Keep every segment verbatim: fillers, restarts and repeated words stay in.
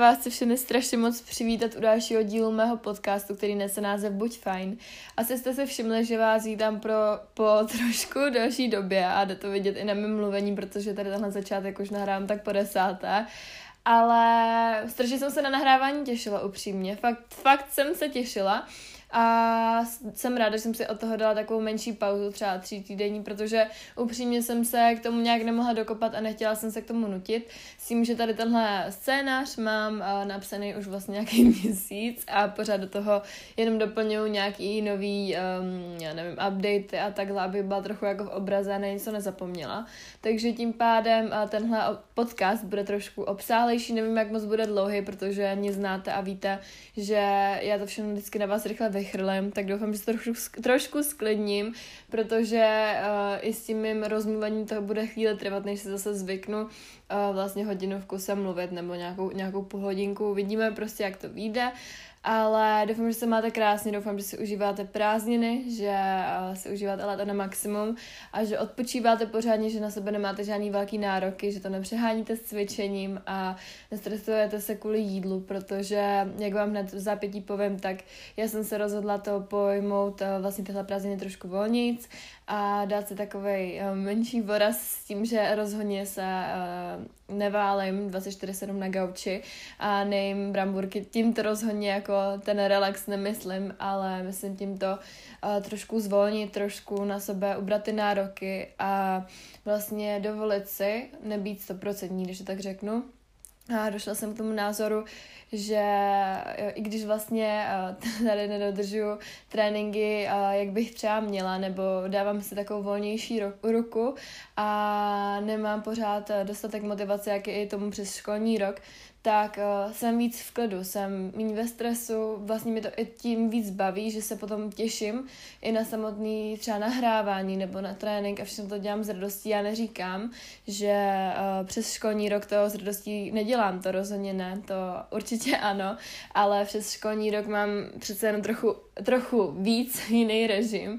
vás chci všechny strašně moc přivítat u dalšího dílu mého podcastu, který nese název Buď fajn. Asi jste se všimli, že vás vítám pro, po trošku delší době a jde to vidět i na mém mluvení, protože tady tenhle začátek už nahrávám tak po desáté. Ale strašně jsem se na nahrávání těšila upřímně, fakt, fakt jsem se těšila. A jsem ráda, že jsem si od toho dala takovou menší pauzu, třeba tří týdenní, protože upřímně jsem se k tomu nějak nemohla dokopat a nechtěla jsem se k tomu nutit. S tím, že tady tenhle scénář mám uh, napsaný už vlastně nějaký měsíc a pořád do toho jenom doplňuji nějaký nový, um, já nevím, updaty a takhle, aby byla trochu jako v obraze a na něco nezapomněla. Takže tím pádem uh, tenhle podcast bude trošku obsáhlejší, nevím, jak moc bude dlouhý, protože mě znáte a víte, že já to všechno vždycky na vás rychle vychrlem, tak doufám, že se trošku, trošku sklidním, protože uh, i s tím mým rozmluvením toho bude chvíli trvat, než se zase zvyknu uh, vlastně hodinu v kuse mluvit nebo nějakou, nějakou půl hodinku. Vidíme prostě, jak to vyjde, ale doufám, že se máte krásně, doufám, že si užíváte prázdniny, že uh, si užíváte léto na maximum a že odpočíváte pořádně, že na sebe nemáte žádný velký nároky, že to nepřeháníte s cvičením a nestresujete se kvůli jídlu, protože, jak vám hned v zápětí povím, tak já jsem se rozhodla to pojmout uh, vlastně tyhle prázdniny trošku volnějc a dát si takovej uh, menší voraz s tím, že rozhodně se uh, neválím dvacet čtyři sedm na gauči a nejím bramburky. Tímto rozhodně jako ten relax nemyslím, ale myslím tímto uh, trošku zvolnit, trošku na sebe ubrat ty nároky a vlastně dovolit si nebýt stoprocentní, když to tak řeknu. A došla jsem k tomu názoru, že i když vlastně tady nedodržuju tréninky, jak bych třeba měla, nebo dávám si takovou volnější ruku a nemám pořád dostatek motivace, jak je i tomu přes školní rok, tak uh, jsem víc v klidu, jsem méně ve stresu, vlastně mi to i tím víc baví, že se potom těším i na samotný třeba nahrávání nebo na trénink a všechno to dělám s radostí. Já neříkám, že uh, přes školní rok to s radostí nedělám, to rozhodně ne, to určitě ano, ale přes školní rok mám přece jenom trochu, trochu víc jiný režim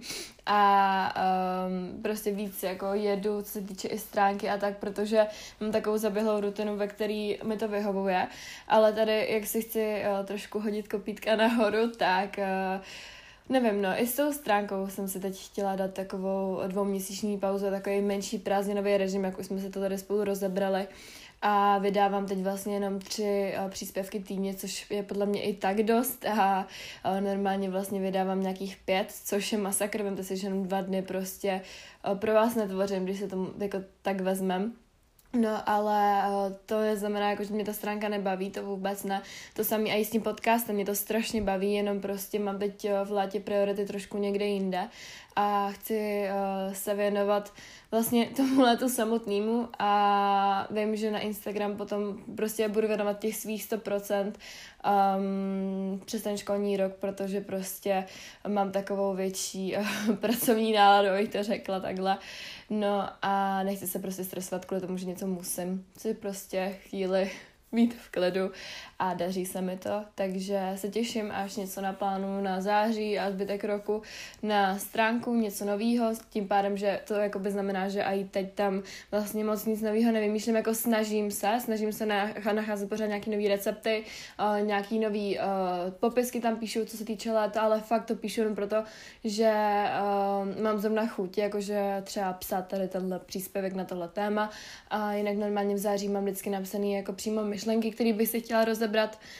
a um, prostě víc jako jedu, co se týče i stránky a tak, protože mám takovou zaběhlou rutinu, ve který mi to vyhovuje, ale tady, jak si chci uh, trošku hodit kopítka nahoru, tak uh, nevím, no, i s tou stránkou jsem si teď chtěla dát takovou dvouměsíční pauzu, takový menší prázdninový režim, jak už jsme se to tady spolu rozebrali. A vydávám teď vlastně jenom tři uh, příspěvky týdně, což je podle mě i tak dost a uh, normálně vlastně vydávám nějakých pět, což je masakr, vemte si, že jenom dva dny prostě uh, pro vás netvořím, když se tomu jako tak vezmem. No, ale uh, to neznamená, jako, že mě ta stránka nebaví, to vůbec ne. To samé i s tím podcastem, mě to strašně baví, jenom prostě mám teď uh, v létě priority trošku někde jinde a chci uh, se věnovat vlastně tomu letu samotnému a vím, že na Instagram potom prostě budu věnovat těch svých sto procent um, přes ten školní rok, protože prostě mám takovou větší uh, pracovní náladu, abych to řekla takhle. No a nechci se prostě stresovat kvůli tomu, že něco musím. Chci prostě chvíli mít v klidu a daří se mi to, takže se těším, až něco naplánuju na září a zbytek roku na stránku, něco novýho, tím pádem, že to jakoby znamená, že i teď tam vlastně moc nic novýho nevymýšlím, jako snažím se, snažím se nacházet pořád nějaký nový recepty, uh, nějaký nový uh, popisky tam píšu, co se týče léta, ale fakt to píšu jen proto, že uh, mám zrovna chuť, jakože třeba psát tady tenhle příspěvek na tohle téma a jinak normálně v září mám vždycky napsaný jako přímo myšlenky, které bych si chtěla rozebrat.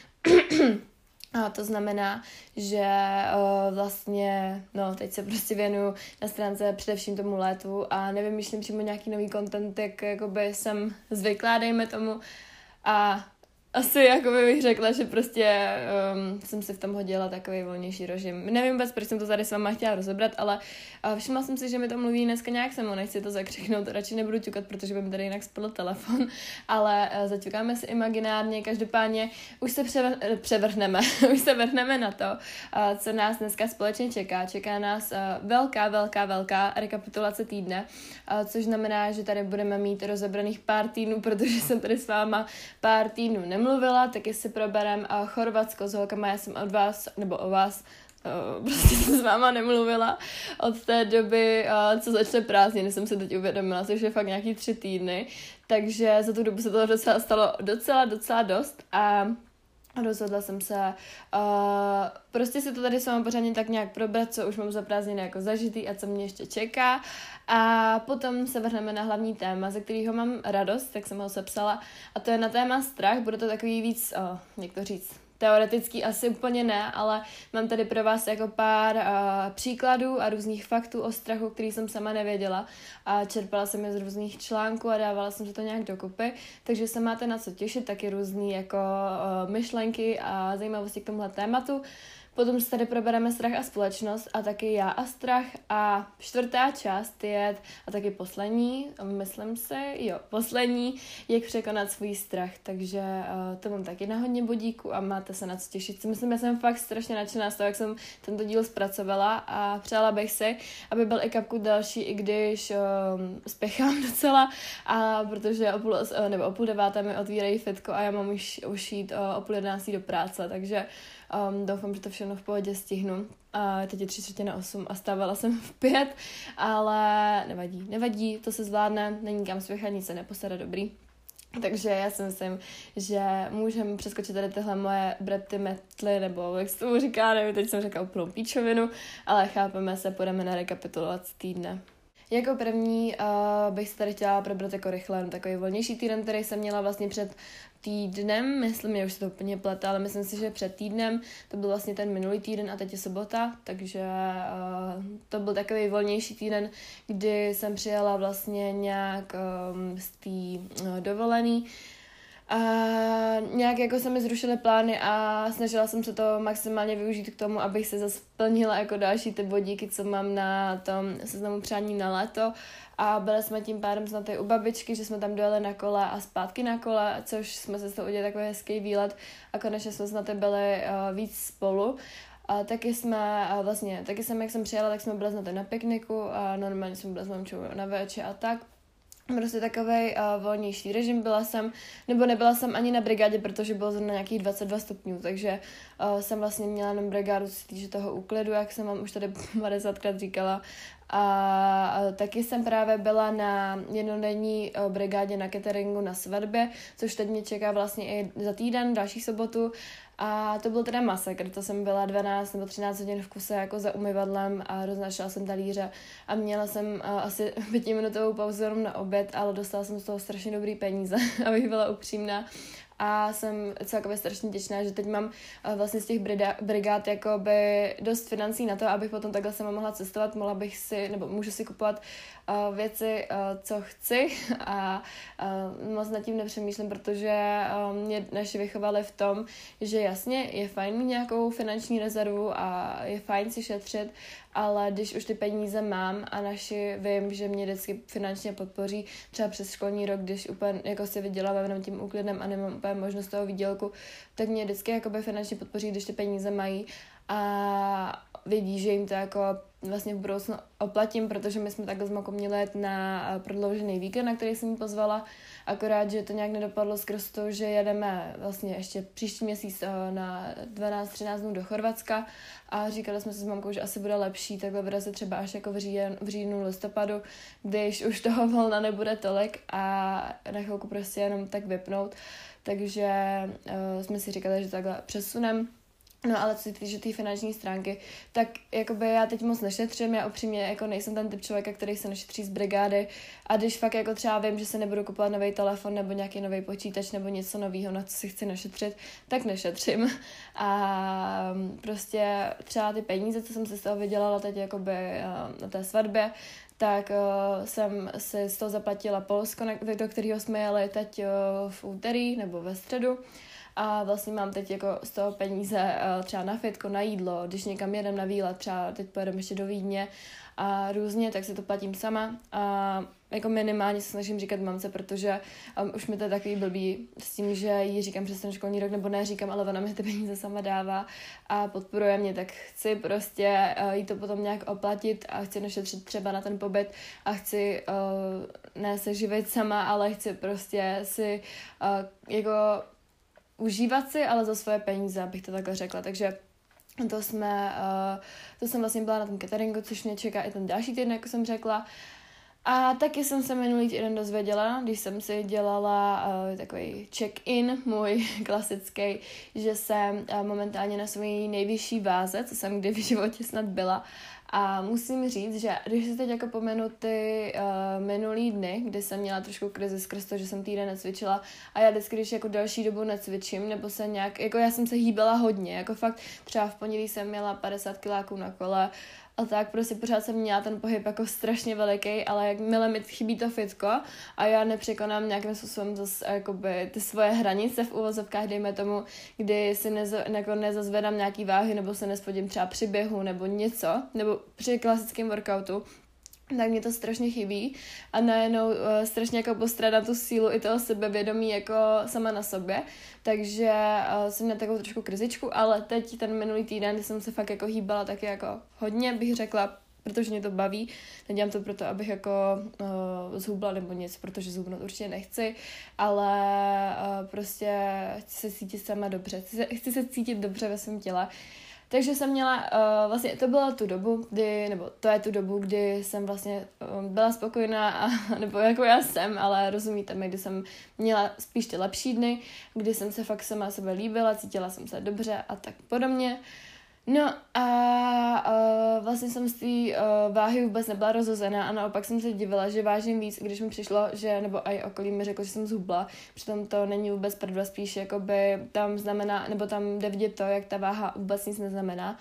A to znamená, že uh, vlastně, no teď se prostě věnuju na stránce především tomu létu a nevymýšlím přímo nějaký nový content, jak jakoby jsem zvyklá, dejme tomu. A asi jakoby bych řekla, že prostě um, jsem si v tom hodila takový volnější režim. Nevím vůbec, proč jsem to tady s váma chtěla rozebrat, ale uh, všimla jsem si, že mi to mluví dneska nějak se mnou, nechci to zakřiknout, radši nebudu ťukat, protože by mi tady jinak spadl telefon, ale uh, zaťukáme si imaginárně, každopádně už se převr- převrhneme, už se vrhneme na to, uh, co nás dneska společně čeká. Čeká nás uh, velká, velká, velká rekapitulace týdne, uh, což znamená, že tady budeme mít rozebraných pár týdnů, protože jsem tady s váma pár týdnů nemluvila, mluvila, tak jestli proberem uh, Chorvatsko s holkama, já jsem od vás, nebo o vás, uh, prostě jsem s váma nemluvila od té doby, uh, co začne prázdniny, jsem se teď uvědomila, což je fakt nějaký tři týdny, takže za tu dobu se toho docela stalo docela, docela dost a rozhodla jsem se uh, prostě si to tady sama pořádně tak nějak probrat, co už mám za prázdniny jako zažitý a co mě ještě čeká. A potom se vrhneme na hlavní téma, ze kterého mám radost, tak jsem ho sepsala. A to je na téma strach, bude to takový víc, uh, jak to říct, teoretický asi úplně ne, ale mám tady pro vás jako pár uh, příkladů a různých faktů o strachu, který jsem sama nevěděla. A čerpala jsem je z různých článků a dávala jsem si to nějak dokupy, takže se máte na co těšit, taky různý jako uh, myšlenky a zajímavosti k tomuhle tématu. Potom se tady probereme strach a společnost a taky já a strach a čtvrtá část je, a taky poslední, myslím si, jo, poslední, jak překonat svůj strach, takže uh, to mám taky na hodně bodíku a máte se na co těšit. Myslím, že jsem fakt strašně nadšená z toho, jak jsem tento díl zpracovala a přála bych si, aby byl i kapku další, i když um, spěchám docela, a protože o půl, nebo o půl deváté mi otvírají fitko a já mám už, už jít uh, o půl jedenáctý do práce, takže Um, doufám, že to všechno v pohodě stihnu. A teď je tři čtvrtě na osm a stávala jsem v pět, ale nevadí, nevadí, to se zvládne, není kam spěchat, nic se neposede, dobrý. Takže já si myslím, že můžeme přeskočit tady tyhle moje brety metly, nebo jak se tomu říká, nevím, teď jsem řekla úplnou píčovinu, ale chápeme se, půjdeme na rekapitulaci týdne. Jako první uh, bych se tady chtěla probrat jako rychle takový volnější týden, který jsem měla vlastně před týdnem, myslím, že už se to úplně plete, ale myslím si, že před týdnem, to byl vlastně ten minulý týden a teď je sobota, takže uh, to byl takový volnější týden, kdy jsem přijela vlastně nějak um, z té uh, dovolený. A nějak jako se mi zrušily plány a snažila jsem se to maximálně využít k tomu, abych se zase splnila jako další ty bodíky, co mám na tom seznamu přání na léto. A byli jsme tím pádem snad u babičky, že jsme tam dojeli na kole a zpátky na kole, což jsme se z toho udělali takový hezký výlet a konečně jsme snad byli uh, víc spolu. A taky jsme, a vlastně, taky jsem, jak jsem přijela, tak jsme byli snad na pikniku a normálně jsme byli s mamčou na véče a tak. Prostě takovej uh, volnější režim byla jsem, nebo nebyla jsem ani na brigádě, protože bylo zrovna nějakých dvacet dva stupňů, takže uh, jsem vlastně měla jenom brigádu, co se týče toho úklidu, jak jsem vám už tady padesátkrát říkala. A uh, taky jsem právě byla na jednodenní uh, brigádě na cateringu na svatbě, což teď mě čeká vlastně i za týden, další sobotu. A to byl teda masakr, to jsem byla dvanáct nebo třináct hodin v kuse jako za umyvadlem a roznášela jsem talíře a měla jsem uh, asi pětiminutovou pauzu jenom na oběd, ale dostala jsem z toho strašně dobrý peníze, abych byla upřímná. A jsem celkově strašně těšná, že teď mám uh, vlastně z těch brida, brigád jakoby dost financí na to, abych potom takhle sama mohla cestovat, mohla bych si, nebo můžu si kupovat uh, věci, uh, co chci a uh, moc nad tím nepřemýšlím, protože uh, mě naši vychovali v tom, že jasně je fajn mít nějakou finanční rezervu a je fajn si šetřit, ale když už ty peníze mám a naši vím, že mě vždycky finančně podpoří, třeba přes školní rok, když úplně jako si vydělávám jenom tím úklidem a nemám úplně možnost toho výdělku, tak mě vždycky jakoby finančně podpoří, když ty peníze mají a vědí, že jim to jako vlastně v budoucnu oplatím, protože my jsme takhle s Makou měli jet na prodloužený víkend, na který jsem jí pozvala, akorát, že to nějak nedopadlo skrz to, že jedeme vlastně ještě příští měsíc na dvanáct třináct dnů do Chorvatska a říkali jsme si s mamkou, že asi bude lepší takhle vyrazit třeba až jako v, říjen, v říjnu, listopadu, když už toho volna nebude tolik a na chvilku prostě jenom tak vypnout, takže uh, jsme si říkali, že takhle přesunem. No ale co se týče té finanční stránky, tak jakoby já teď moc nešetřím, já upřímně jako nejsem ten typ člověka, který se nešetří z brigády a když fakt jako třeba vím, že se nebudu kupovat nový telefon nebo nějaký nový počítač nebo něco nového, na co si chci našetřit, tak nešetřím. A prostě třeba ty peníze, co jsem si z toho vydělala teď jakoby na té svatbě, tak uh, jsem si z toho zaplatila Polsko, do kterého jsme jeli teď uh, v úterý nebo ve středu. A vlastně mám teď jako z toho peníze uh, třeba na fitko, na jídlo, když někam jedem na výlet, třeba teď pojedeme ještě do Vídně a různě, tak si to platím sama a jako minimálně se snažím říkat mamce, protože um, už mi to je takový blbý s tím, že jí říkám přes ten školní rok, nebo ne říkám, ale ona mi ty peníze sama dává a podporuje mě, tak chci prostě uh, jí to potom nějak oplatit a chci našetřit třeba na ten pobyt a chci uh, ne se živit sama, ale chci prostě si uh, jako užívat si, ale za svoje peníze, abych to takhle řekla, takže to jsme, uh, to jsem vlastně byla na tom cateringu, což mě čeká i ten další týden, jako jsem řekla. A taky jsem se minulý týden dozvěděla, když jsem si dělala uh, takový check-in, můj klasický, že jsem uh, momentálně na své nejvyšší váze, co jsem kdy v životě snad byla. A musím říct, že když se teď jako pomenu ty uh, minulý dny, kdy jsem měla trošku krizi skrz to, že jsem týden necvičila a já vždycky, když jako další dobu necvičím, nebo se nějak, jako já jsem se hýbala hodně, jako fakt třeba v pondělí jsem měla padesát kiláků na kole a tak prostě pořád jsem měla ten pohyb jako strašně veliký, ale jakmile mi chybí to fitko a já nepřekonám nějakým způsobem zase jakoby ty svoje hranice v uvozovkách, dejme tomu, kdy si nezo, jako nezazvedám nějaký váhy nebo se nespodím třeba při běhu nebo něco, nebo při klasickém workoutu, tak mě to strašně chybí a najednou uh, strašně jako postrádám tu sílu i toho sebevědomí jako sama na sobě, takže uh, jsem měla takovou trošku krizičku, ale teď ten minulý týden, kdy jsem se fakt jako hýbala taky jako hodně, bych řekla, protože mě to baví, nedělám to proto, abych jako uh, zhubla nebo nic, protože zhubnout určitě nechci, ale uh, prostě chci se cítit sama dobře, chci se, chci se cítit dobře ve svém těle. Takže jsem měla, uh, vlastně to byla tu dobu, kdy, nebo to je tu dobu, kdy jsem vlastně um, byla spokojená, a, nebo jako já jsem, ale rozumíte mi, kdy jsem měla spíš ty lepší dny, kdy jsem se fakt sama sebe líbila, cítila jsem se dobře a tak podobně. No a uh, vlastně jsem z té uh, váhy vůbec nebyla rozhozená a naopak jsem se divila, že vážím víc, když mi přišlo, že, nebo i okolí mi řeklo, že jsem zhubla, přitom to není vůbec pravda, spíš jakoby tam znamená, nebo tam jde vidět to, jak ta váha vůbec nic neznamená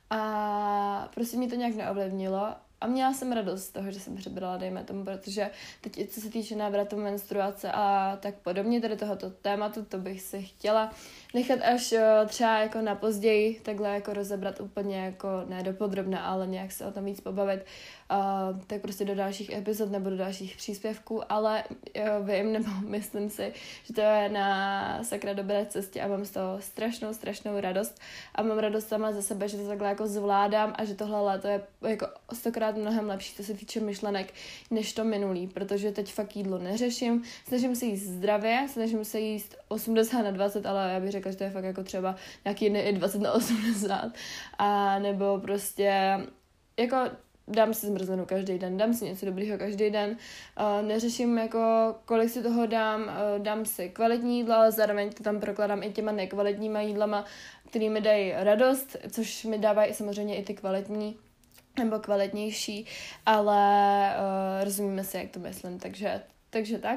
a prostě mě to nějak neovlivnilo. A měla jsem radost z toho, že jsem přebrala, dejme tomu, protože teď i co se týče návratu menstruace a tak podobně, tady tohoto tématu, to bych si chtěla nechat až třeba jako na později, takhle jako rozebrat úplně jako ne dopodrobna, ale nějak se o tom víc pobavit, uh, tak prostě do dalších epizod nebo do dalších příspěvků, ale uh, vím, nebo myslím si, že to je na sakra dobré cestě a mám z toho strašnou, strašnou radost a mám radost sama ze sebe, že to takhle jako zvládám a že tohle léto je jako stokrát mnohem lepší, co se týče myšlenek, než to minulý, protože teď fakt jídlo neřeším, snažím se jíst zdravě, snažím se jíst osmdesát na dvacet, ale já bych řekla, že to je fakt jako třeba nějaký dny i dvacet na osmdesát a nebo prostě jako dám si zmrzlinu každý den, dám si něco dobrýho každý den, uh, neřeším jako kolik si toho dám, uh, dám si kvalitní jídla, ale zároveň to tam prokladám i těma nekvalitníma jídlama, který mi dají radost, což mi dávají samozřejmě i ty kvalitní nebo kvalitnější, ale uh, rozumíme si, jak to myslím, takže Takže tak.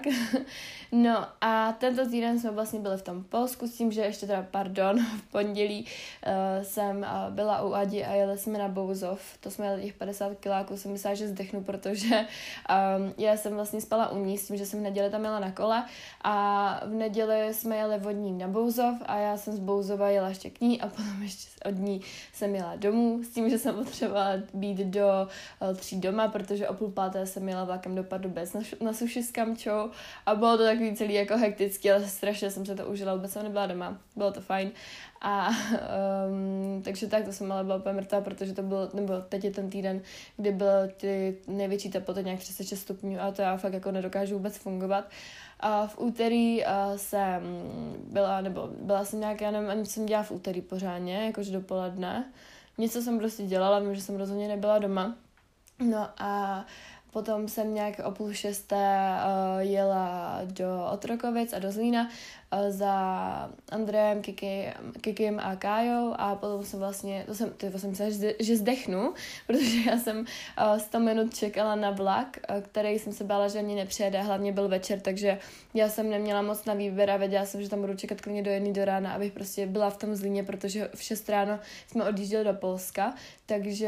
No a tento týden jsme vlastně byli v tom Polsku s tím, že ještě teda, pardon, v pondělí uh, jsem uh, byla u Adi a jeli jsme na Bouzov. To jsme jeli těch padesát kiláků, jsem myslela, že zdechnu, protože um, já jsem vlastně spala u ní s tím, že jsem v neděli tam jela na kole a v neděli jsme jeli od ní na Bouzov a já jsem z Bouzova jela ještě k ní a potom ještě od ní jsem jela domů s tím, že jsem potřebovala být do uh, tří doma, protože o půl páté jsem jela vlakem do Pardubic na, na suši s Kamčou a bylo to takový celý jako hektický, ale strašně jsem se to užila, vůbec jsem nebyla doma, bylo to fajn. A um, takže tak, to jsem ale byla úplně mrtvá, protože to bylo, nebo teď je ten týden, kdy byly ty největší teploty nějak třicet šest stupňů a to já fakt jako nedokážu vůbec fungovat. A v úterý uh, jsem byla, nebo byla jsem nějak, já nevím, ani jsem dělala v úterý pořádně, jakože dopoledne. Něco jsem prostě dělala, vím, že jsem rozhodně nebyla doma. No a potom jsem nějak o půl šesté uh, jela do Otrokovic a do Zlína uh, za Andrejem, Kiki, Kikim a Kájou a potom jsem vlastně, to jsem, to jsem myslela, že, že zdechnu, protože já jsem uh, sto minut čekala na vlak, uh, který jsem se bála, že ani nepřijede, hlavně byl večer, takže já jsem neměla moc na výběr a věděla jsem, že tam budu čekat klidně do jedné do rána, abych prostě byla v tom Zlíně, protože v šest ráno jsme odjížděli do Polska, takže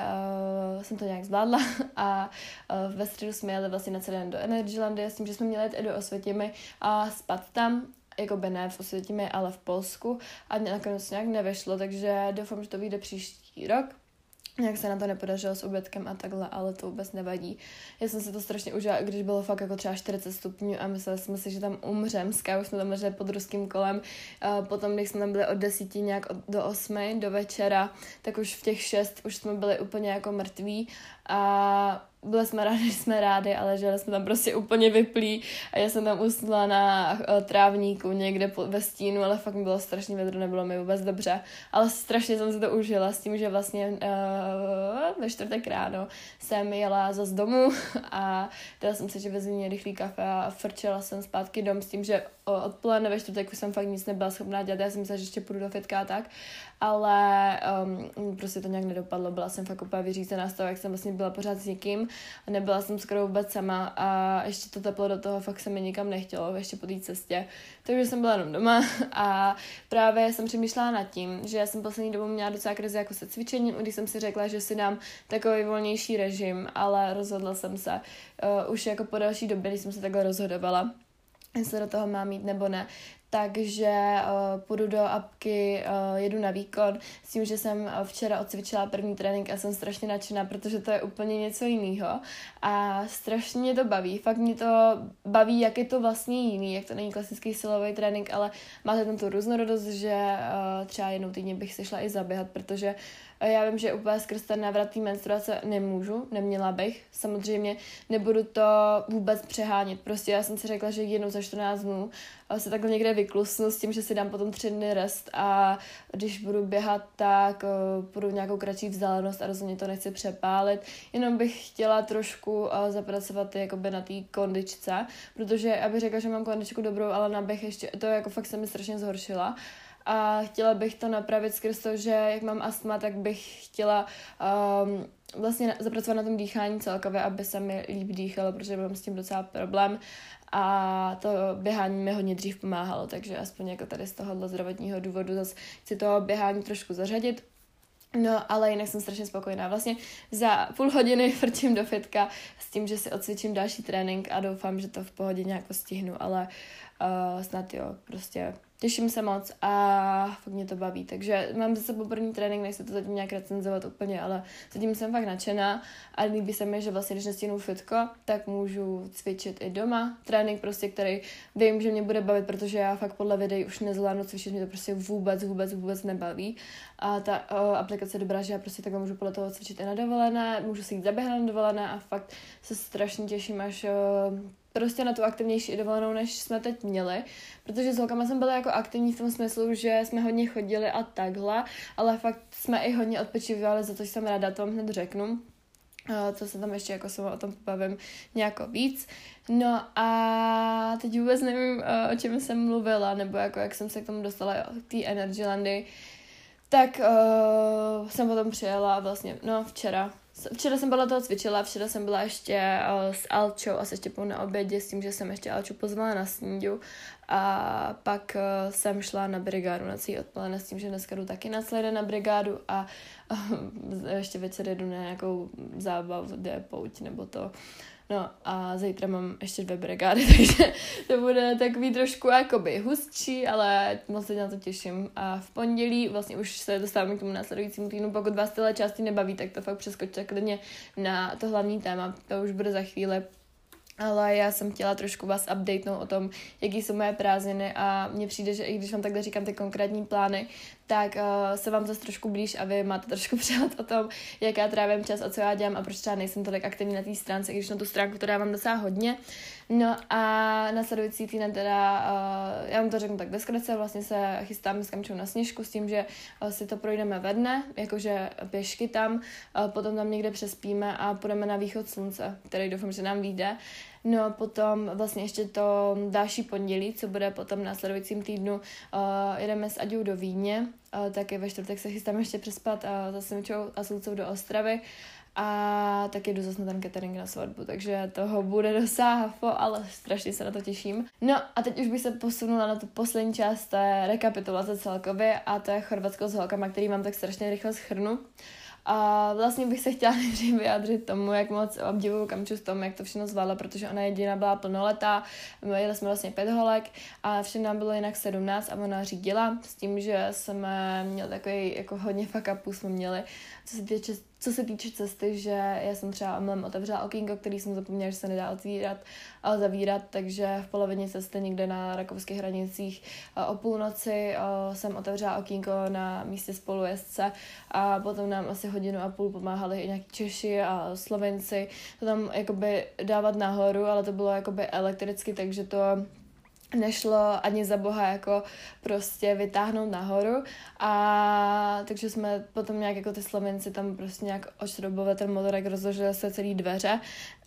uh, jsem to nějak zvládla a uh, ve středu jsme jeli vlastně na celý den do Energylandy s tím, že jsme měli jít i do Osvětimi a spat tam, jako by ne v Osvětimi, ale v Polsku a nakonec nějak nevešlo, takže doufám, že to vyjde příští rok. Nějak se na to nepodařilo s ubytkem a takhle, ale to vůbec nevadí. Já jsem si to strašně užila, když bylo fakt jako třeba čtyřicet stupňů a mysleli jsme si, že tam umřem. S Kájou jsme tam leželi pod ruským kolem. Potom, když jsme tam byli od desíti nějak do osmi do večera, tak už v těch šest už jsme byli úplně jako mrtví. A byli jsme rádi, jsme rádi, ale že jsme tam prostě úplně vyplí a já jsem tam usnula na uh, trávníku někde po, ve stínu, ale fakt mi bylo strašně vedro, nebylo mi vůbec dobře, ale strašně jsem si to užila s tím, že vlastně uh, ve čtvrtek ráno jsem jela zas domů a dala jsem si, že vezli mě rychlý kafe a frčela jsem zpátky dom s tím, že odpoledne ve čtvrtek už jsem fakt nic nebyla schopná dělat, já jsem myslela, že ještě půjdu do fitka a tak, ale um, prostě to nějak nedopadlo, byla jsem fakt úplně vyřízená z toho, jak jsem vlastně byla pořád s někým, nebyla jsem skoro vůbec sama a ještě to teplo do toho, fakt se mi nikam nechtělo, ještě po té cestě, takže jsem byla jenom doma a právě jsem přemýšlela nad tím, že já jsem poslední dobou měla docela krizi jako se cvičením, když jsem si řekla, že si dám takový volnější režim, ale rozhodla jsem se uh, už jako po další době, když jsem se takhle rozhodovala, jestli do toho mám jít nebo ne. Takže uh, půjdu do apky, uh, jedu na výkon s tím, že jsem uh, včera odcvičila první trénink a jsem strašně nadšená, protože to je úplně něco jiného a strašně mě to baví. Fakt mě to baví, jak je to vlastně jiný, jak to není klasický silový trénink, ale máte tam tu různorodost, že uh, třeba jednou týdně bych si šla i zaběhat, protože já vím, že úplně skrz ten návrat té menstruace nemůžu, neměla bych. Samozřejmě nebudu to vůbec přehánět. Prostě já jsem si řekla, že jednou za čtrnáct dnů se takhle někde vyklusnu s tím, že si dám potom tři dny rest a když budu běhat, tak uh, budu nějakou kratší vzdálenost a rozhodně to nechci přepálit. Jenom bych chtěla trošku uh, zapracovat jakoby na té kondičce, protože abych řekla, že mám kondičku dobrou, ale na běh ještě to jako fakt se mi strašně zhoršila. A chtěla bych to napravit skrz to, že jak mám astma, tak bych chtěla um, vlastně zapracovat na tom dýchání celkově, aby se mi líp dýchalo, protože mám s tím docela problém a to běhání mi hodně dřív pomáhalo, takže aspoň jako tady z tohohle zdravotního důvodu zase chci toho běhání trošku zařadit. No, ale jinak jsem strašně spokojená. Vlastně za půl hodiny frčím do fitka s tím, že si odcvičím další trénink a doufám, že to v pohodě nějak stihnu, ale uh, snad jo, prostě těším se moc a fakt mě to baví. Takže mám za sebou první trénink, nechci to zatím nějak recenzovat úplně, ale zatím jsem fakt nadšená a líbí se mi, že vlastně, když nestihnu fitko, tak můžu cvičit i doma. Trénink prostě, který vím, že mě bude bavit, protože já fakt podle videí už nezvládnu cvičit, mě to prostě vůbec, vůbec, vůbec nebaví. A ta o, aplikace je dobrá, že já prostě takhle můžu podle toho cvičit i na dovolené, můžu si jít zaběhat na dovolené a fakt se strašně těším, až o, prostě na tu aktivnější dovolenou, než jsme teď měli, protože s holkama jsem byla jako aktivní v tom smyslu, že jsme hodně chodili a takhle, ale fakt jsme i hodně odpočívali, za to jsem ráda, to vám hned řeknu. Co se tam ještě jako sama o tom pobavím nějako víc. No a teď vůbec nevím, o čem jsem mluvila, nebo jako jak jsem se k tomu dostala, k té Energylandy. Tak uh, jsem potom přijela vlastně, no včera. Včera jsem byla toho cvičila, včera jsem byla ještě uh, s Alčou a se Štěpou na obědě s tím, že jsem ještě Alču pozvala na snídu a pak uh, jsem šla na brigádu na celý odpoledne s tím, že dneska jdu taky na celý den na brigádu a uh, ještě večer jedu na nějakou zábavu, kde pouť nebo to. No a zítra mám ještě dvě brigády, takže to bude takový trošku jakoby hustší, ale moc se na to těším. A v pondělí vlastně už se dostáváme k tomu následujícímu týdnu. Pokud vás tyhle části nebaví, tak to fakt přeskočte klidně na to hlavní téma. To už bude za chvíli. Ale já jsem chtěla trošku vás updatenout o tom, jaký jsou moje prázdniny a mně přijde, že i když vám takhle říkám ty konkrétní plány, tak uh, se vám zase trošku blíž a vy máte trošku přehled o tom, jak já trávím čas a co já dělám a proč třeba nejsem tolik aktivní na té stránce, i když na tu stránku to dávám docela hodně. No a následující týden teda, uh, já vám to řeknu tak ve zkratce, vlastně se chystáme s Kamčou na Sněžku s tím, že uh, si to projdeme ve dne, jakože pěšky tam, uh, potom tam někde přespíme a půjdeme na východ slunce, který doufám, že nám vyjde. No a potom vlastně ještě to další pondělí, co bude potom v následujícím týdnu, uh, jedeme s Aďou do Vídně, uh, taky ve čtvrtek se chystáme ještě přespat uh, za Simčou a Sulcou do Ostravy a taky jdu zase na ten catering na svatbu, takže toho bude dosáhafo, ale strašně se na to těším. No a teď už bych se posunula na tu poslední část té rekapitulace celkově a to je Chorvatsko s holkama, který mám tak strašně rychle shrnu. A vlastně bych se chtěla nejdřív vyjádřit tomu, jak moc obdivuju Kamču s tom, jak to všechno zvládla, protože ona jediná byla plnoletá, jeli jsme vlastně pět holek a všem nám bylo jinak sedmnáct a ona řídila s tím, že jsme měli takový jako hodně fuck upů jsme měli, co se týče co se týče cesty, že já jsem třeba omylem otevřela okýnko, který jsem zapomněla, že se nedá otvírat, ale zavírat, takže v polovině cesty někde na rakousských hranicích o půlnoci jsem otevřela okýnko na místě spolujezdce a potom nám asi hodinu a půl pomáhali i nějaký Češi a Slovenci to tam jakoby dávat nahoru, ale to bylo jakoby elektricky, takže to nešlo ani za boha jako prostě vytáhnout nahoru a takže jsme potom nějak jako ty Slovenci tam prostě nějak ošroubovali ten motorek, rozložili se celý dveře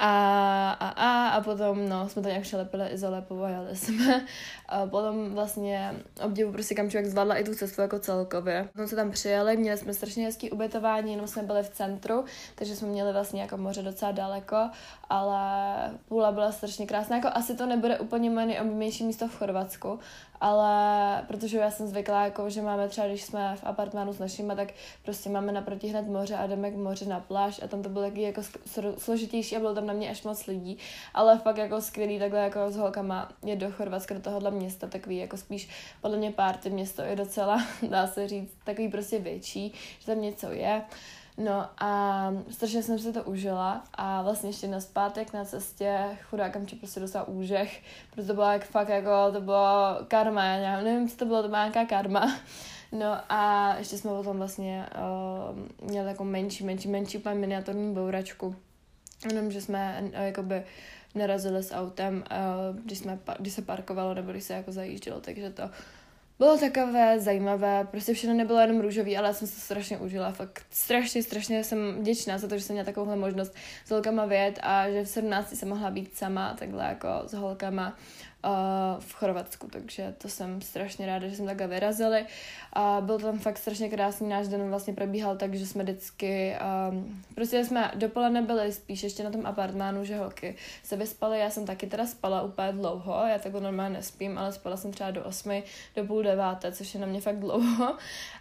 a, a, a, a potom no, jsme to nějak přelepili izolepovo a jeli jsme. A potom vlastně obdivu prostě kam člověk zvládla i tu cestu jako celkově. Potom se tam přijeli, měli jsme strašně hezký ubytování, jenom jsme byli v centru, takže jsme měli vlastně jako moře docela daleko, ale půla byla strašně krásná. Jako asi to nebude úplně moje nejoblíbenější místo v Chorvatsku, ale protože já jsem zvyklá, jako, že máme třeba, když jsme v apartmánu s našima, tak prostě máme naproti hned moře a jdeme k moři na pláž a tam to bylo taky jako složitější a bylo tam na mě až moc lidí, ale fakt jako skvělý takhle jako s holkama je do Chorvatska, do tohohle města, takový jako spíš podle mě party město je docela, dá se říct, takový prostě větší, že tam něco je. No a strašně jsem si to užila a vlastně ještě na zpátek na cestě chudákám či prostě dostala úžeh, protože to bylo jak fakt jako, to bylo karma, já nevím, co to bylo, to byla nějaká karma. No a ještě jsme potom vlastně uh, měli jako menší, menší, menší úplně miniaturní bouračku, jenom že jsme uh, jakoby narazili s autem, uh, když, jsme, když se parkovalo nebo když se jako zajíždělo, takže to bylo takové zajímavé, prostě všechno nebylo jenom růžový, ale já jsem se strašně užila, fakt strašně, strašně jsem vděčná za to, že jsem měla takovouhle možnost s holkama vyjet a že v sedmnácti jsem mohla být sama, takhle jako s holkama uh, v Chorvatsku, takže to jsem strašně ráda, že jsme takhle vyrazili a byl tam fakt strašně krásný, náš den vlastně probíhal tak, že jsme vždycky, um, prostě jsme dopoledne byli spíš ještě na tom apartmánu, že holky se vyspaly, já jsem taky teda spala úplně dlouho, já takhle normálně nespím, ale spala jsem třeba do osmi, do půl deváté, což je na mě fakt dlouho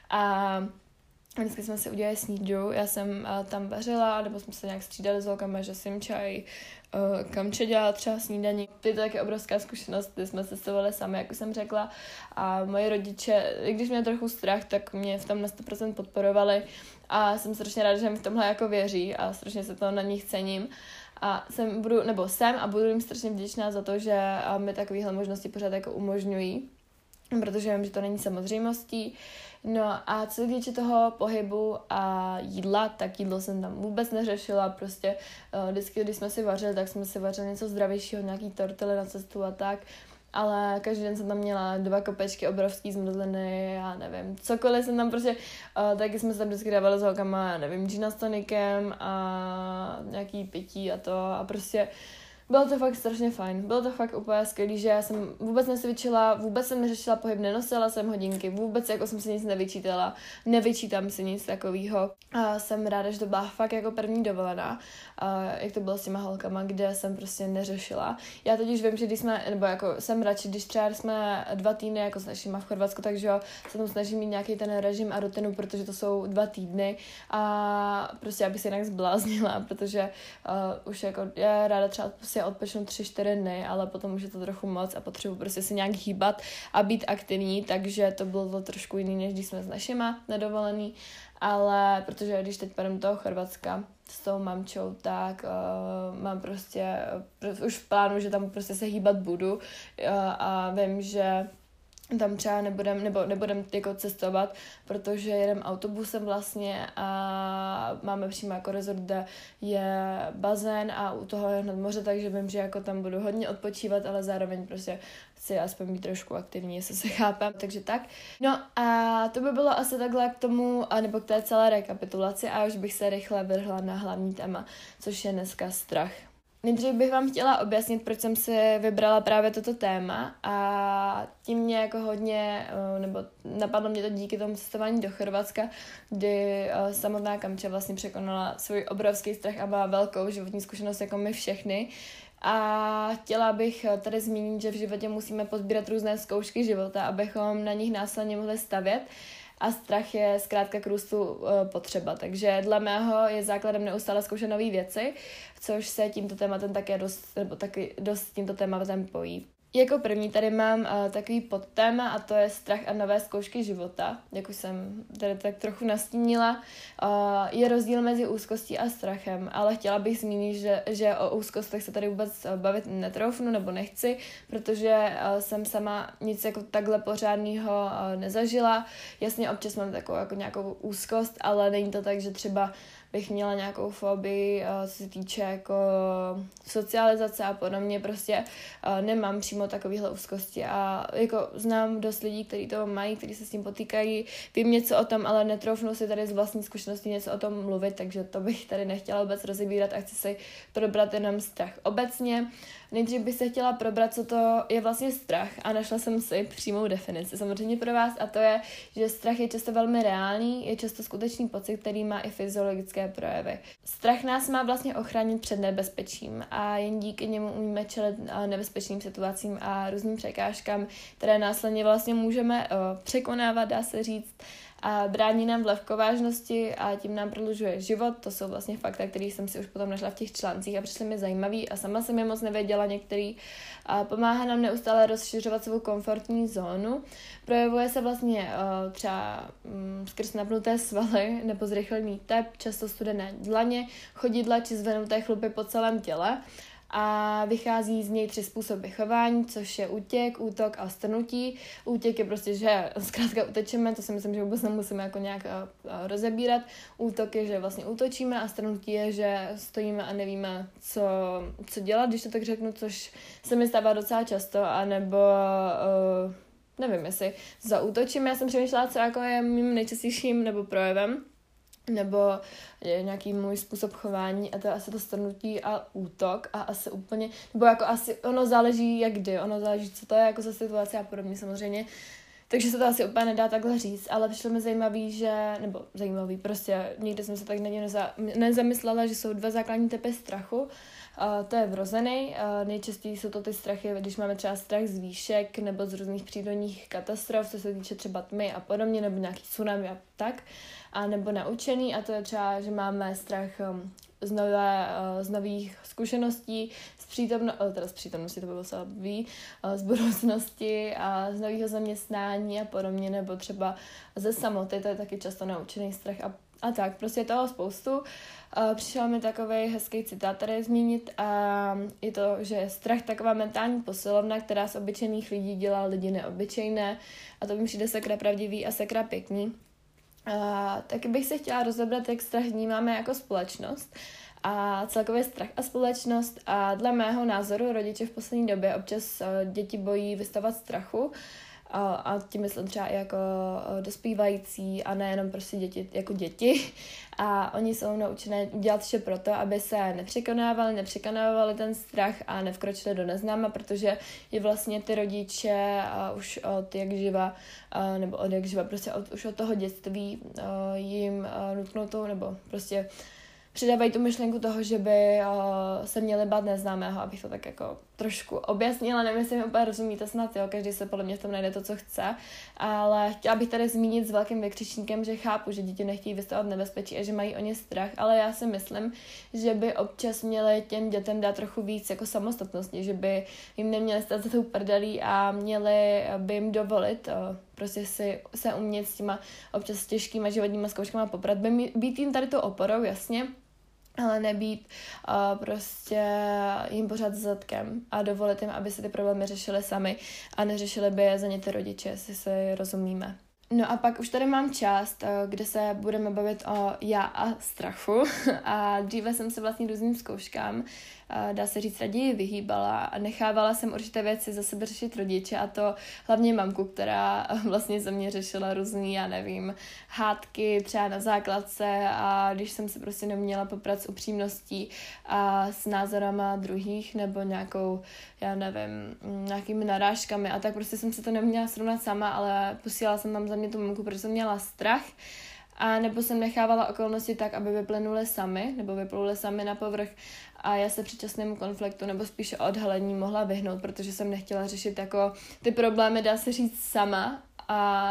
a vždycky jsme si udělali snídu, já jsem uh, tam vařila, nebo jsme se nějak střídali s holkama, že jsem čaj, uh, Kamče dělala třeba snídaní. Je to taky obrovská zkušenost, kdy jsme cestovali sami, jak už jsem řekla. A moji rodiče, i když měli trochu strach, tak mě v tom na sto procent podporovali a jsem strašně ráda, že mi v tomhle jako věří a strašně se to na nich cením. A jsem, budu, nebo jsem a budu jim strašně vděčná za to, že mi takovéhle možnosti pořád jako umožňují, protože vím, že to není samozřejmostí. No a co se týče toho pohybu a jídla, tak jídlo jsem tam vůbec neřešila, prostě uh, vždycky, když jsme si vařili, tak jsme si vařili něco zdravějšího, nějaký tortily na cestu a tak, ale každý den jsem tam měla dva kopečky obrovský zmrzliny, já nevím, cokoliv jsem tam prostě, uh, taky jsme se tam vždycky dávali s holkama, já nevím, džína s tonikem a nějaký pití a to a prostě bylo to fakt strašně fajn, bylo to fakt úplně skvělý, že já jsem vůbec nesvičila, vůbec jsem neřešila pohyb, nenosila jsem hodinky, vůbec jako jsem si nic nevyčítala, nevyčítám si nic takového. A jsem ráda, že to byla fakt jako první dovolená, a jak to bylo s těma holkama, kde jsem prostě neřešila. Já totiž vím, že když jsme, nebo jako jsem radši, když třeba jsme dva týdny jako s našima v Chorvatsku, takže jo, se tam snažím mít nějaký ten režim a rutinu, protože to jsou dva týdny a prostě abych se jinak zbláznila, protože uh, už jako já ráda třeba prostě odpočnu tři, čtyři dny, ale potom už je to trochu moc a potřebuji prostě si nějak hýbat a být aktivní, takže to bylo to trošku jiný, než když jsme s našima nedovolený, ale protože když teď půjdem do toho Chorvatska s tou mamčou, tak uh, mám prostě uh, už v plánu, že tam prostě se hýbat budu uh, a vím, že tam třeba nebudem, nebo nebudem jako cestovat, protože jedem autobusem vlastně a máme přímo jako resort, kde je bazén a u toho je hned moře, takže vím, že jako tam budu hodně odpočívat, ale zároveň prostě chci aspoň být trošku aktivní, jestli se chápem, takže tak. No a to by bylo asi takhle k tomu, nebo k té celé rekapitulaci a už bych se rychle vrhla na hlavní téma, což je dneska strach. Nejdřív bych vám chtěla objasnit, proč jsem si vybrala právě toto téma a tím mě jako hodně, nebo napadlo mě to díky tomu cestování do Chorvatska, kdy samotná Kamča vlastně překonala svůj obrovský strach a má velkou životní zkušenost jako my všechny. A chtěla bych tady zmínit, že v životě musíme pozbírat různé zkoušky života, abychom na nich následně mohli stavět. A strach je zkrátka k růstu uh, potřeba. Takže dle mého je základem neustále zkoušet nové věci, což se tímto tématem také dost, nebo taky dost tímto tématem pojí. Jako první tady mám uh, takový podtéma a to je strach a nové zkoušky života, jak už jsem tady tak trochu nastínila. Uh, je rozdíl mezi úzkostí a strachem, ale chtěla bych zmínit, že, že o úzkostech se tady vůbec bavit netroufnu nebo nechci, protože uh, jsem sama nic jako takhle pořádného uh, nezažila. Jasně občas mám takovou jako nějakou úzkost, ale není to tak, že třeba bych měla nějakou fobii, co se týče jako socializace a podobně, prostě nemám přímo takovýhle úzkosti a jako znám dost lidí, kteří to mají, kteří se s tím potýkají, vím něco o tom, ale netroufnu si tady z vlastní zkušenosti něco o tom mluvit, takže to bych tady nechtěla vůbec rozebírat a chci si probrat jenom strach obecně. Nejdřív bych se chtěla probrat, co to je vlastně strach a našla jsem si přímou definici samozřejmě pro vás a to je, že strach je často velmi reálný, je často skutečný pocit, který má i fyziologické projevy. Strach nás má vlastně ochránit před nebezpečím a jen díky němu umíme čelit nebezpečným situacím a různým překážkám, které následně vlastně můžeme překonávat, dá se říct, a brání nám v lehkovážnosti a tím nám prodlužuje život. To jsou vlastně fakta, které jsem si už potom našla v těch článcích a přišly mi zajímavý a sama jsem je moc nevěděla některý. A pomáhá nám neustále rozšiřovat svou komfortní zónu. Projevuje se vlastně uh, třeba um, skrz napnuté svaly nebo zrychlený tep, často studené dlaně, chodidla či zvenuté chlupy po celém těle. A vychází z něj tři způsoby chování, což je útěk, útok a strnutí. Útěk je prostě, že zkrátka utečeme, to si myslím, že vůbec nemusíme jako nějak uh, rozebírat. Útok je, že vlastně útočíme a strnutí je, že stojíme a nevíme, co, co dělat, když to tak řeknu, což se mi stává docela často, anebo uh, nevím, jestli zaútočíme. Já jsem přemýšlela, co jako je mým nejčastějším nebo projevem, nebo je nějaký můj způsob chování a to je asi to strnutí a útok a asi úplně, nebo jako asi ono záleží jak kdy, ono záleží, co to je jako za situace a podobně samozřejmě, takže se to asi úplně nedá takhle říct, ale přišlo mi zajímavý, že, nebo zajímavý, prostě někdy jsem se tak na ně neza, nezamyslela, že jsou dva základní typy strachu. Uh, to je vrozený, uh, nejčastěji jsou to ty strachy, když máme třeba strach z výšek nebo z různých přírodních katastrof, co se týče třeba tmy a podobně, nebo nějaký tsunami a tak, a nebo naučený, a to je třeba, že máme strach um, z, nové, uh, z nových zkušeností, z, přítomno, uh, teda z přítomnosti, to by bylo slabý, uh, z budoucnosti a z nového zaměstnání a podobně, nebo třeba ze samoty, to je taky často naučený strach a A tak, prostě je toho spoustu. Uh, přišel mi takovej hezký citát tady zmínit a je to, že je strach taková mentální posilovna, která z obyčejných lidí dělá lidi neobyčejné a to mi přijde sakra pravdivý a sakra pěkný. Uh, taky bych se chtěla rozebrat, jak strach vnímáme jako společnost a celkově strach a společnost a dle mého názoru rodiče v poslední době občas uh, děti bojí vystavovat strachu. A, a tím myslím třeba i jako dospívající a nejenom prostě děti jako děti. A oni jsou naučené dělat vše proto, aby se nepřekonávali, nepřekonávali ten strach a nevkročili do neznáma, protože je vlastně ty rodiče a už od jak živa, a, nebo od jak živa, prostě od, už od toho dětství a, jim a, nutknutou, nebo prostě přidávají tu myšlenku toho, že by uh, se měli bát neznámého, abych to tak jako trošku objasnila, nevím, jestli mi úplně rozumíte snad, jo, každý se podle mě v tom najde to, co chce, ale chtěla bych tady zmínit s velkým vykřičníkem, že chápu, že děti nechtějí vystavovat nebezpečí a že mají o ně strach, ale já si myslím, že by občas měli těm dětem dát trochu víc jako samostatnosti, že by jim neměli stát za tou prdelí a měli by jim dovolit uh, prostě si se umět s těma občas těžkýma životníma zkouškama poprat, by být jim tady to oporou, jasně, ale nebýt uh, prostě jim pořád zadkem a dovolit jim, aby si ty problémy řešili sami a neřešili by je za ně ty rodiče, jestli se rozumíme. No a pak už tady mám část, kde se budeme bavit o já a strachu a dříve jsem se vlastně různým zkouškám, dá se říct, raději vyhýbala a nechávala jsem určité věci za sebe řešit rodiče a to hlavně mamku, která vlastně za mě řešila různý, já nevím, hádky třeba na základce a když jsem se prostě neměla poprat s upřímností a s názorama druhých nebo nějakou, já nevím, nějakými narážkami a tak prostě jsem se to neměla srovnat sama, ale posílala jsem tam za mě tu mamku, protože jsem měla strach. A nebo jsem nechávala okolnosti tak, aby vyplynuly sami, nebo vypluly sami na povrch a já se předčasnému konfliktu nebo spíše odhalení mohla vyhnout, protože jsem nechtěla řešit jako ty problémy, dá se říct, sama a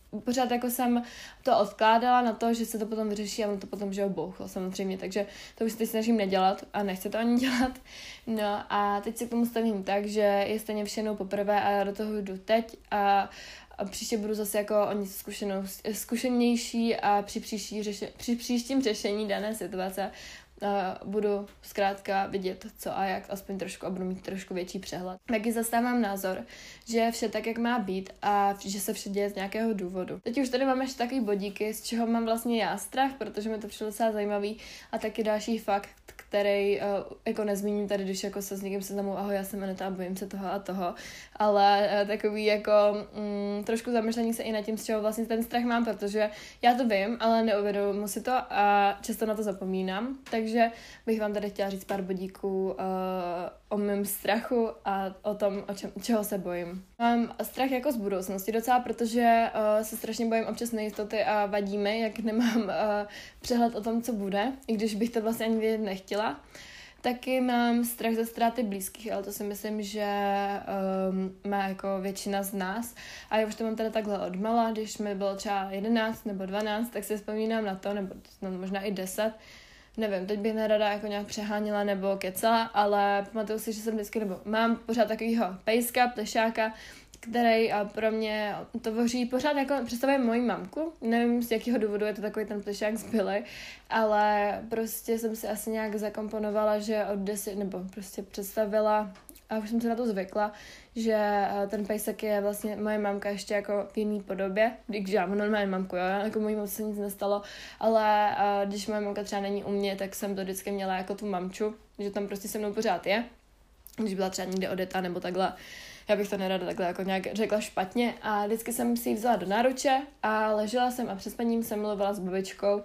pořád jako jsem to odkládala na to, že se to potom vyřeší a on to potom, že obouchlo samozřejmě, takže to už se teď snažím nedělat a nechci to ani dělat. No a teď se k tomu stavím tak, že je stejně všechno poprvé a já do toho jdu teď a a příště budu zase jako o nic zkušenější a při, příští řeši, při příštím řešení dané situace uh, budu zkrátka vidět co a jak, aspoň trošku a budu mít trošku větší přehled. Taky zastávám názor, že vše tak, jak má být a že se vše děje z nějakého důvodu. Teď už tady máme ještě takový bodíky, z čeho mám vlastně já strach, protože mi to přišlo docela zajímavý a taky další fakt, který uh, jako nezmíním tady, když jako se s někým seznamu, ahoj, já jsem Aneta a bojím se toho a toho, ale uh, takový jako mm, trošku zamýšlení se i nad tím, z čeho vlastně ten strach mám, protože já to vím, ale neuvědomuji si to a často na to zapomínám, takže bych vám tady chtěla říct pár bodíků uh, o mém strachu a o tom, o čem, čeho se bojím. Mám strach jako z budoucnosti docela, protože uh, se strašně bojím občas nejistoty a vadí mi, jak nemám uh, přehled o tom, co bude, i když bych to vlastně ani vědět nechtěla. Taky mám strach ze ztráty blízkých, ale to si myslím, že um, má jako většina z nás. A já už to mám teda takhle odmala, když mi bylo třeba jedenáct nebo dvanáct, tak si vzpomínám na to, nebo možná i deset. Nevím, teď bych nerada jako nějak přeháněla nebo kecala, ale pamatuju si, že jsem vždycky, nebo mám pořád takovýho pejska, plešáka, který pro mě tvoří pořád jako, představuje moji mamku, nevím z jakého důvodu je to takový ten plešák zbylej, ale prostě jsem si asi nějak zakomponovala, že od deset, nebo prostě představila a už jsem se na to zvykla, že ten pejsek je vlastně moje mamka ještě jako v jiný podobě, když já mám normální mamku, jo, jako mojí moc se nic nestalo, ale když moje mamka třeba není u mě, tak jsem to vždycky měla jako tu mamču, že tam prostě se mnou pořád je, když byla třeba někde odeta nebo takhle. Já bych to nerada takhle jako nějak řekla špatně a vždycky jsem si ji vzala do náruče a ležela jsem a před spaním jsem mluvila s babičkou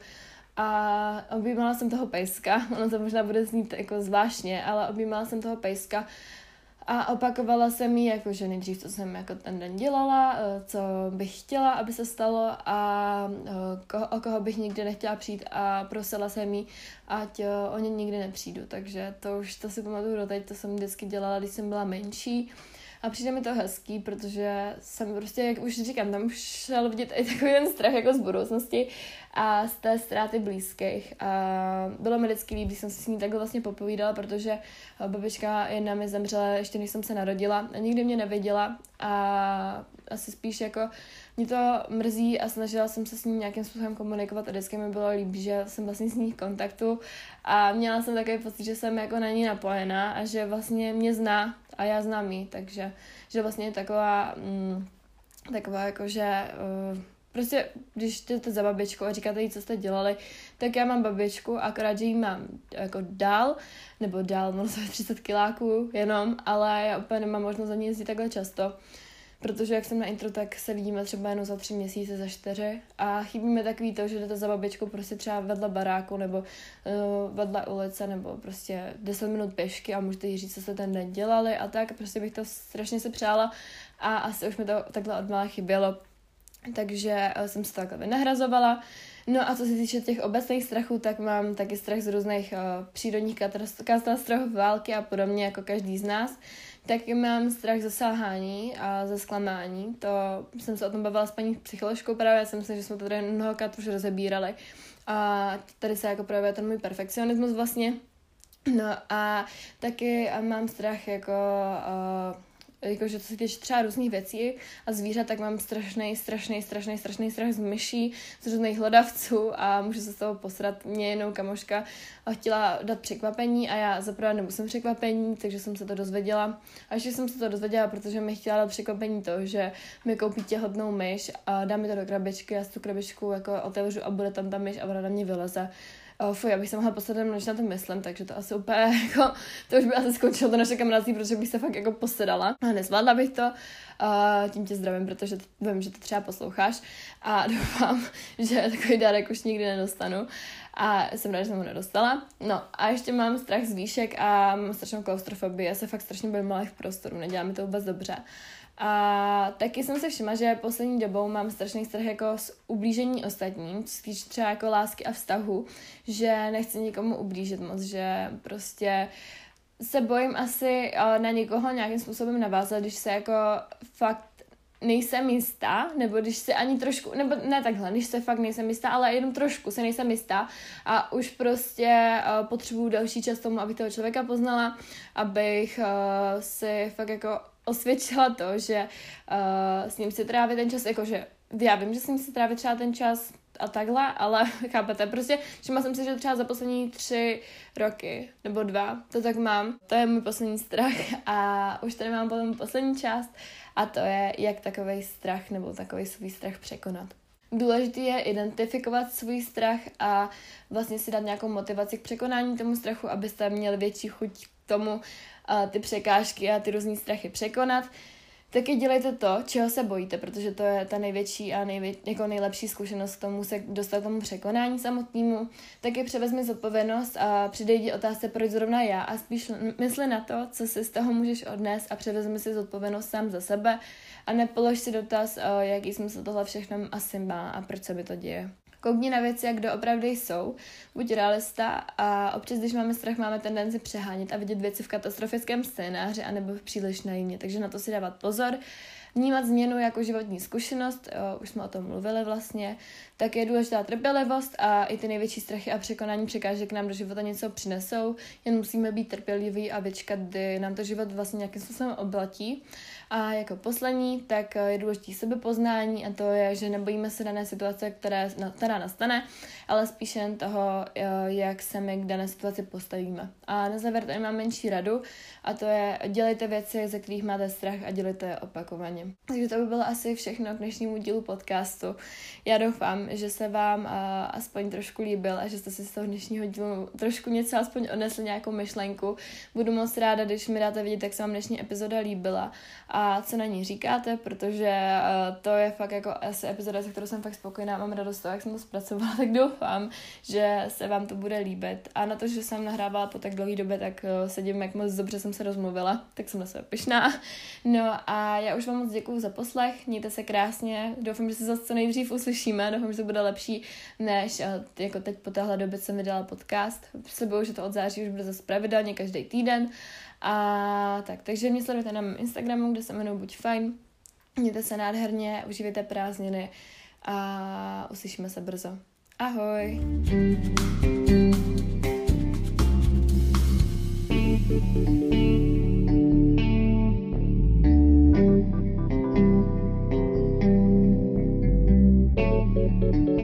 a objímala jsem toho pejska, ono to možná bude znít jako zvláštně, ale objímala jsem toho pejska a opakovala jsem jí, jako, že nejdřív, co jsem jako ten den dělala, co bych chtěla, aby se stalo a koho, o koho bych nikdy nechtěla přijít a prosila jsem jí, ať o ně nikdy nepřijdu, takže to už to si pamatuju doteď, to jsem vždycky dělala, když jsem byla menší. A přijde mi to hezký, protože jsem prostě, jak už říkám, tam už šel vidět i takový ten strach jako z budoucnosti a z té ztráty blízkých. A bylo mi vždycky líbí, když jsem si s ní takhle vlastně popovídala, protože babička jedna mi zemřela ještě než jsem se narodila a nikdy mě neviděla a asi spíš jako mě to mrzí a snažila jsem se s ní nějakým způsobem komunikovat a vždycky mi bylo líbí, že jsem vlastně s ní v kontaktu a měla jsem takový pocit, že jsem jako na ní napojená a že vlastně mě zná a já znám jí, takže že vlastně je taková, mm, taková jako, že uh, prostě, když jdete za babičkou a říkáte jí, co jste dělali, tak já mám babičku, akorát, že jí mám jako dál, nebo dál, mám se třicet kiláků jenom, ale já úplně nemám možnost za ní jezdit takhle často, protože jak jsem na intro, tak se vidíme třeba jenom za tři měsíce, za čtyři a chybí mi takový to, že jdete za babičkou prostě třeba vedle baráku nebo uh, vedle ulice nebo prostě deset minut pěšky a můžete jí říct, co jste ten den dělali a tak, prostě bych to strašně se přála a asi už mi to takhle odmala chybělo, takže uh, jsem se to takhle vynahrazovala. No a co se týče těch obecných strachů, tak mám taky strach z různých uh, přírodních katastrof, války a podobně, jako každý z nás. Taky mám strach ze selhání a ze zklamání. To jsem se o tom bavila s paní psycholožkou právě, já si myslím, že jsme to tady mnohokrát už rozebírali. A tady se jako projevuje ten můj perfekcionismus vlastně. No a taky mám strach jako... Uh, jakože to se týče třeba různých věcí a zvířat, tak mám strašný, strašný, strašný, strašný strach z myší, z různých hlodavců a můžu se z toho posrat. Mě jednou kamoška chtěla dát překvapení a já zaprvé nemusím překvapení, takže jsem se to dozvěděla. A ještě jsem se to dozvěděla, protože mi chtěla dát překvapení to, že mi koupí těhotnou myš a dá mi to do krabičky, já si tu krabičku jako otevřu a bude tam ta myš a ona na mě vyleze. Oh, fuj, já bych se mohla poslat, než na to myslím, takže to asi úplně jako, to už by asi skončilo to naše kamarádství, protože bych se fakt jako posedala a nezvládla bych to. Uh, tím tě zdravím, protože t- vím, že to třeba posloucháš a doufám, že takový dárek už nikdy nedostanu a jsem ráda, že jsem ho nedostala. No a ještě mám strach z výšek a mám strašnou klaustrofobii, já se fakt strašně bojím malých prostorů, nedělá mi to vůbec dobře. A taky jsem se všimla, že poslední dobou mám strašný strach jako z ublížení ostatním, co se týče třeba jako lásky a vztahu, že nechci nikomu ublížit moc, že prostě se bojím asi na někoho nějakým způsobem navázat, když se jako fakt nejsem jistá, nebo když se ani trošku, nebo ne takhle, když se fakt nejsem jistá, ale jenom trošku se nejsem jistá a už prostě uh, potřebuju další čas tomu, abych toho člověka poznala, abych uh, si fakt jako osvědčila to, že uh, s ním si trávit ten čas, jakože já vím, že s ním si trávit třeba ten čas a takhle, ale chápete, prostě všimla jsem si, že třeba za poslední tři roky, nebo dva, to tak mám, to je můj poslední strach a už tady mám potom poslední část a to je, jak takovej strach nebo takový svůj strach překonat. Důležité je identifikovat svůj strach a vlastně si dát nějakou motivaci k překonání tomu strachu, abyste měli větší chuť k tomu uh, ty překážky a ty různý strachy překonat. Taky dělejte to, čeho se bojíte, protože to je ta největší a nejvě- jako nejlepší zkušenost k tomu se dostat k tomu překonání samotnému. Taky převezmi zodpovědnost a přidej otázce, proč zrovna já a spíš mysli na to, co si z toho můžeš odnést a převezmi si zodpovědnost sám za sebe a nepolož si dotaz, jaký smysl tohle všechno asi má a proč se mi to děje. Koukni na věci, jak doopravdy jsou, buď realista a občas, když máme strach, máme tendenci přehánět a vidět věci v katastrofickém scénáři anebo příliš naivně, takže na to si dávat pozor. Vnímat změnu jako životní zkušenost, jo, už jsme o tom mluvili vlastně, tak je důležitá trpělivost a i ty největší strachy a překonání překážek nám do života něco přinesou, jen musíme být trpěliví a vyčkat, kdy nám to život vlastně nějakým způsobem oblatí. A jako poslední, tak je důležitý sebepoznání a to je, že nebojíme se dané situace, které, která nastane, ale spíše jen toho, jak se my k dané situaci postavíme. A na závěr tady mám menší radu a to je, dělejte věci, ze kterých máte strach a dělejte je opakovaně. Takže to by bylo asi všechno k dnešnímu dílu podcastu. Já doufám, že se vám a, aspoň trošku líbil a že jste si z toho dnešního dílu trošku něco aspoň odnesli nějakou myšlenku. Budu moc ráda, když mi dáte vědět, jak se vám dnešní epizoda líbila a co na ní říkáte, protože uh, to je fakt jako asi epizoda, se kterou jsem fakt spokojená, mám radost toho, jak jsem to zpracovala, tak doufám, že se vám to bude líbit. A na to, že jsem nahrávala po tak dlouhé době, tak uh, se divím, jak moc dobře jsem se rozmluvila, tak jsem na sebe pyšná. No a já už vám moc děkuju za poslech, mějte se krásně, doufám, že se zase co nejdřív uslyšíme, doufám, že to bude lepší, než uh, jako teď po téhle době jsem vydala podcast. Slibuju, že to od září už bude zase pravidelně každý týden. A tak, takže mě sledujte na mém Instagramu, kde se jmenuji Buď fajn. Mějte se nádherně, užívejte prázdniny a uslyšíme se brzo. Ahoj! thank you